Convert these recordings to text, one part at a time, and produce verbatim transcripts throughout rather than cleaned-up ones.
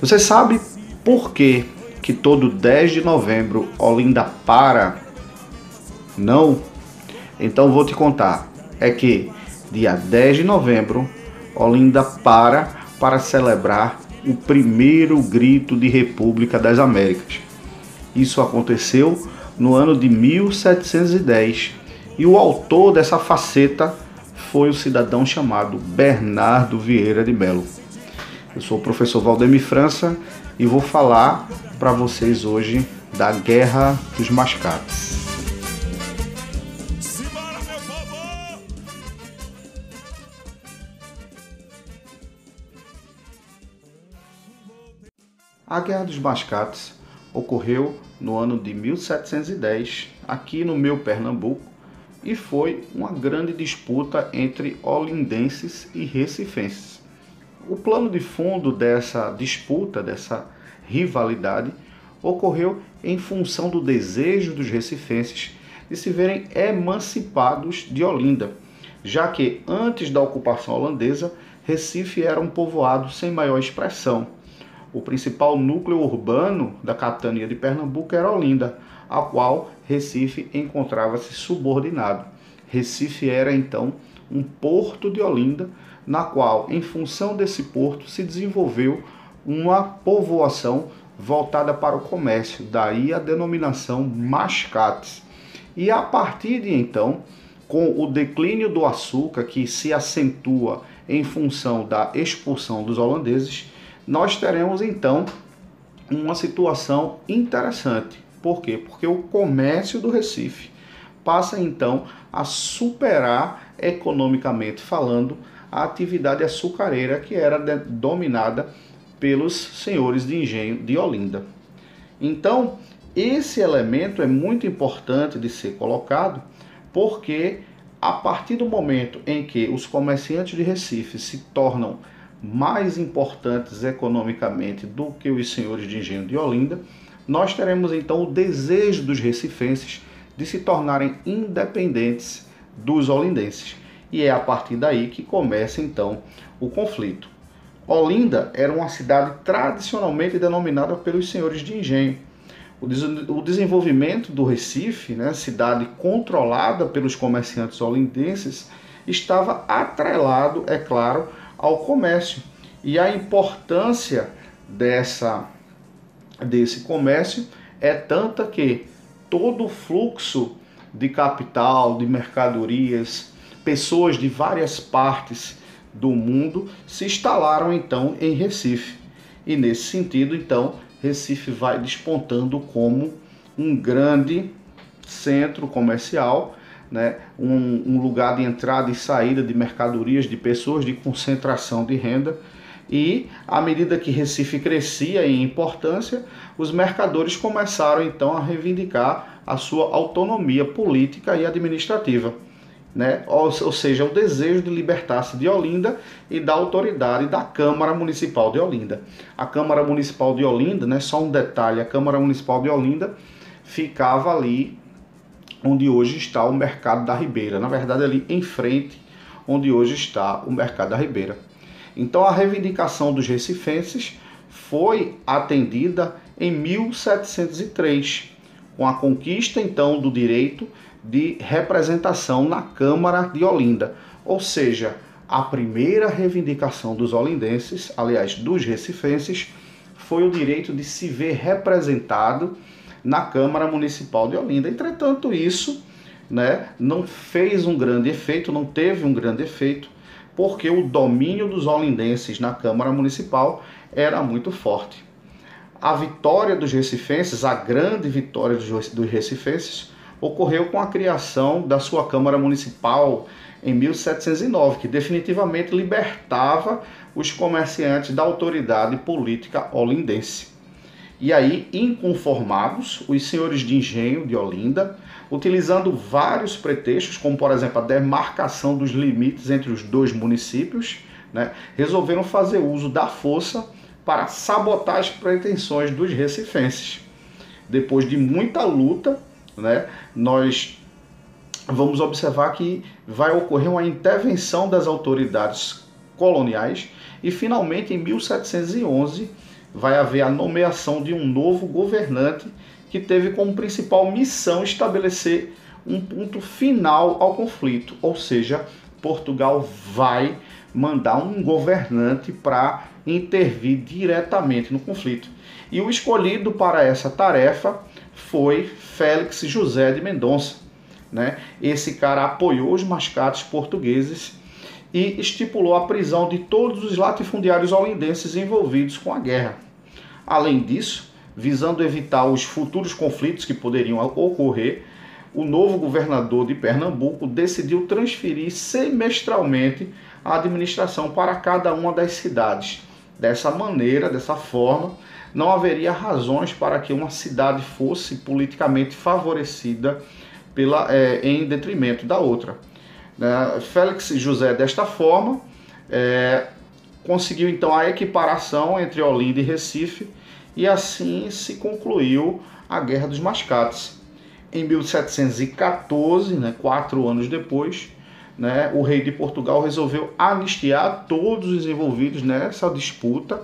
Você sabe por que que todo dez de novembro Olinda para? Não? Então vou te contar. É que dia dez de novembro Olinda para para celebrar o primeiro grito de República das Américas. Isso aconteceu no ano de mil setecentos e dez e o autor dessa faceta foi o cidadão chamado Bernardo Vieira de Melo. Eu sou o professor Valdemir França e vou falar para vocês hoje da Guerra dos Mascates. A Guerra dos Mascates ocorreu no ano de mil setecentos e dez, aqui no meu Pernambuco, e foi uma grande disputa entre olindenses e recifenses. O plano de fundo dessa disputa, dessa rivalidade, ocorreu em função do desejo dos recifenses de se verem emancipados de Olinda, já que antes da ocupação holandesa, Recife era um povoado sem maior expressão. O principal núcleo urbano da capitania de Pernambuco era Olinda, a qual Recife encontrava-se subordinado. Recife era então um porto de Olinda, na qual, em função desse porto, se desenvolveu uma povoação voltada para o comércio, daí a denominação Mascates. E a partir de então, com o declínio do açúcar, que se acentua em função da expulsão dos holandeses, nós teremos então uma situação interessante. Por quê? Porque o comércio do Recife passa então a superar, economicamente falando, a atividade açucareira que era dominada pelos senhores de engenho de Olinda. Então, esse elemento é muito importante de ser colocado, porque a partir do momento em que os comerciantes de Recife se tornam mais importantes economicamente do que os senhores de engenho de Olinda, nós teremos então o desejo dos recifenses de se tornarem independentes dos olindenses. E é a partir daí que começa então o conflito. Olinda era uma cidade tradicionalmente denominada pelos senhores de engenho. O desenvolvimento do Recife, né, cidade controlada pelos comerciantes olindenses, estava atrelado, é claro, ao comércio. E a importância dessa, desse comércio é tanta que todo o fluxo de capital, de mercadorias, pessoas de várias partes do mundo se instalaram então em Recife. E nesse sentido, então, Recife vai despontando como um grande centro comercial, né? um, um lugar de entrada e saída de mercadorias, de pessoas, de concentração de renda. E à medida que Recife crescia em importância, os mercadores começaram então a reivindicar a sua autonomia política e administrativa, né? Ou, ou seja, o desejo de libertar-se de Olinda e da autoridade da Câmara Municipal de Olinda. A Câmara Municipal de Olinda, né, só um detalhe, a Câmara Municipal de Olinda ficava ali onde hoje está o Mercado da Ribeira, na verdade ali em frente onde hoje está o Mercado da Ribeira. Então a reivindicação dos recifenses foi atendida em mil setecentos e três, com a conquista então do direito de representação na Câmara de Olinda, ou seja, a primeira reivindicação dos olindenses, aliás, dos recifenses, foi o direito de se ver representado na Câmara Municipal de Olinda. Entretanto, isso, né, não fez um grande efeito, não teve um grande efeito, porque o domínio dos olindenses na Câmara Municipal era muito forte. A vitória dos recifenses, a grande vitória dos recifenses, ocorreu com a criação da sua Câmara Municipal em mil setecentos e nove, que definitivamente libertava os comerciantes da autoridade política olindense. E aí, inconformados, os senhores de engenho de Olinda, utilizando vários pretextos, como por exemplo a demarcação dos limites entre os dois municípios, né, resolveram fazer uso da força para sabotar as pretensões dos recifenses. Depois de muita luta, né, nós vamos observar que vai ocorrer uma intervenção das autoridades coloniais e finalmente em mil setecentos e onze vai haver a nomeação de um novo governante que teve como principal missão estabelecer um ponto final ao conflito, ou seja, Portugal vai mandar um governante para intervir diretamente no conflito. E o escolhido para essa tarefa foi Félix José de Mendonça, né? Esse cara apoiou os mascates portugueses e estipulou a prisão de todos os latifundiários holindenses envolvidos com a guerra. Além disso, visando evitar os futuros conflitos que poderiam ocorrer, o novo governador de Pernambuco decidiu transferir semestralmente a administração para cada uma das cidades. Dessa maneira, dessa forma, não haveria razões para que uma cidade fosse politicamente favorecida pela, é, em detrimento da outra. É, Félix José, desta forma, é, conseguiu então a equiparação entre Olinda e Recife, e assim se concluiu a Guerra dos Mascates. Em mil setecentos e quatorze, né, quatro anos depois, né, o rei de Portugal resolveu anistiar todos os envolvidos nessa disputa,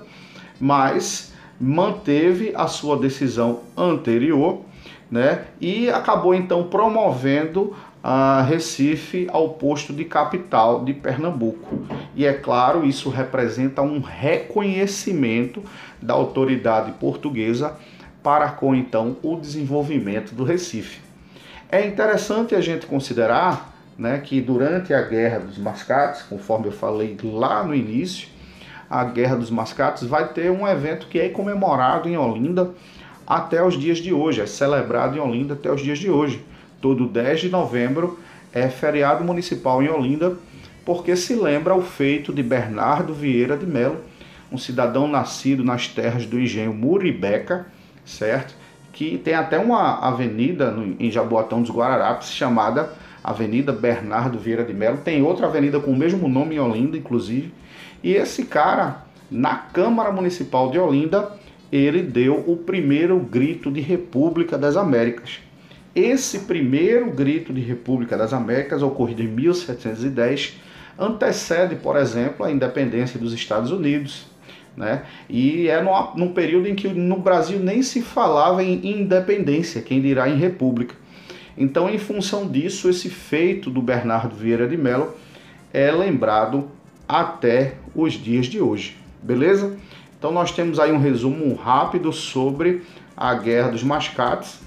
mas manteve a sua decisão anterior, né, e acabou então promovendo a Recife ao posto de capital de Pernambuco. E é claro, isso representa um reconhecimento da autoridade portuguesa para com então o desenvolvimento do Recife. É interessante a gente considerar, né, que durante a Guerra dos Mascates, conforme eu falei lá no início, a Guerra dos Mascates vai ter um evento que é comemorado em Olinda até os dias de hoje, é celebrado em Olinda até os dias de hoje. Todo dez de novembro é feriado municipal em Olinda, porque se lembra o feito de Bernardo Vieira de Melo, um cidadão nascido nas terras do engenho Muribeca, certo? Que tem até uma avenida no, em Jaboatão dos Guararapes chamada Avenida Bernardo Vieira de Melo. Tem outra avenida com o mesmo nome em Olinda, inclusive. E esse cara, na Câmara Municipal de Olinda, ele deu o primeiro grito de República das Américas. Esse primeiro grito de República das Américas, ocorrido em mil setecentos e dez, antecede, por exemplo, a independência dos Estados Unidos, né? E é num, num período em que no Brasil nem se falava em independência, quem dirá em república. Então, em função disso, esse feito do Bernardo Vieira de Melo é lembrado até os dias de hoje, beleza? Então nós temos aí um resumo rápido sobre a Guerra dos Mascates,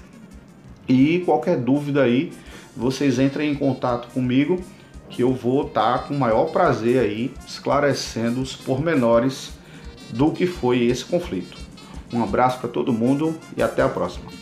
e qualquer dúvida aí, vocês entrem em contato comigo, que eu vou estar com o maior prazer aí esclarecendo os pormenores do que foi esse conflito. Um abraço para todo mundo e até a próxima.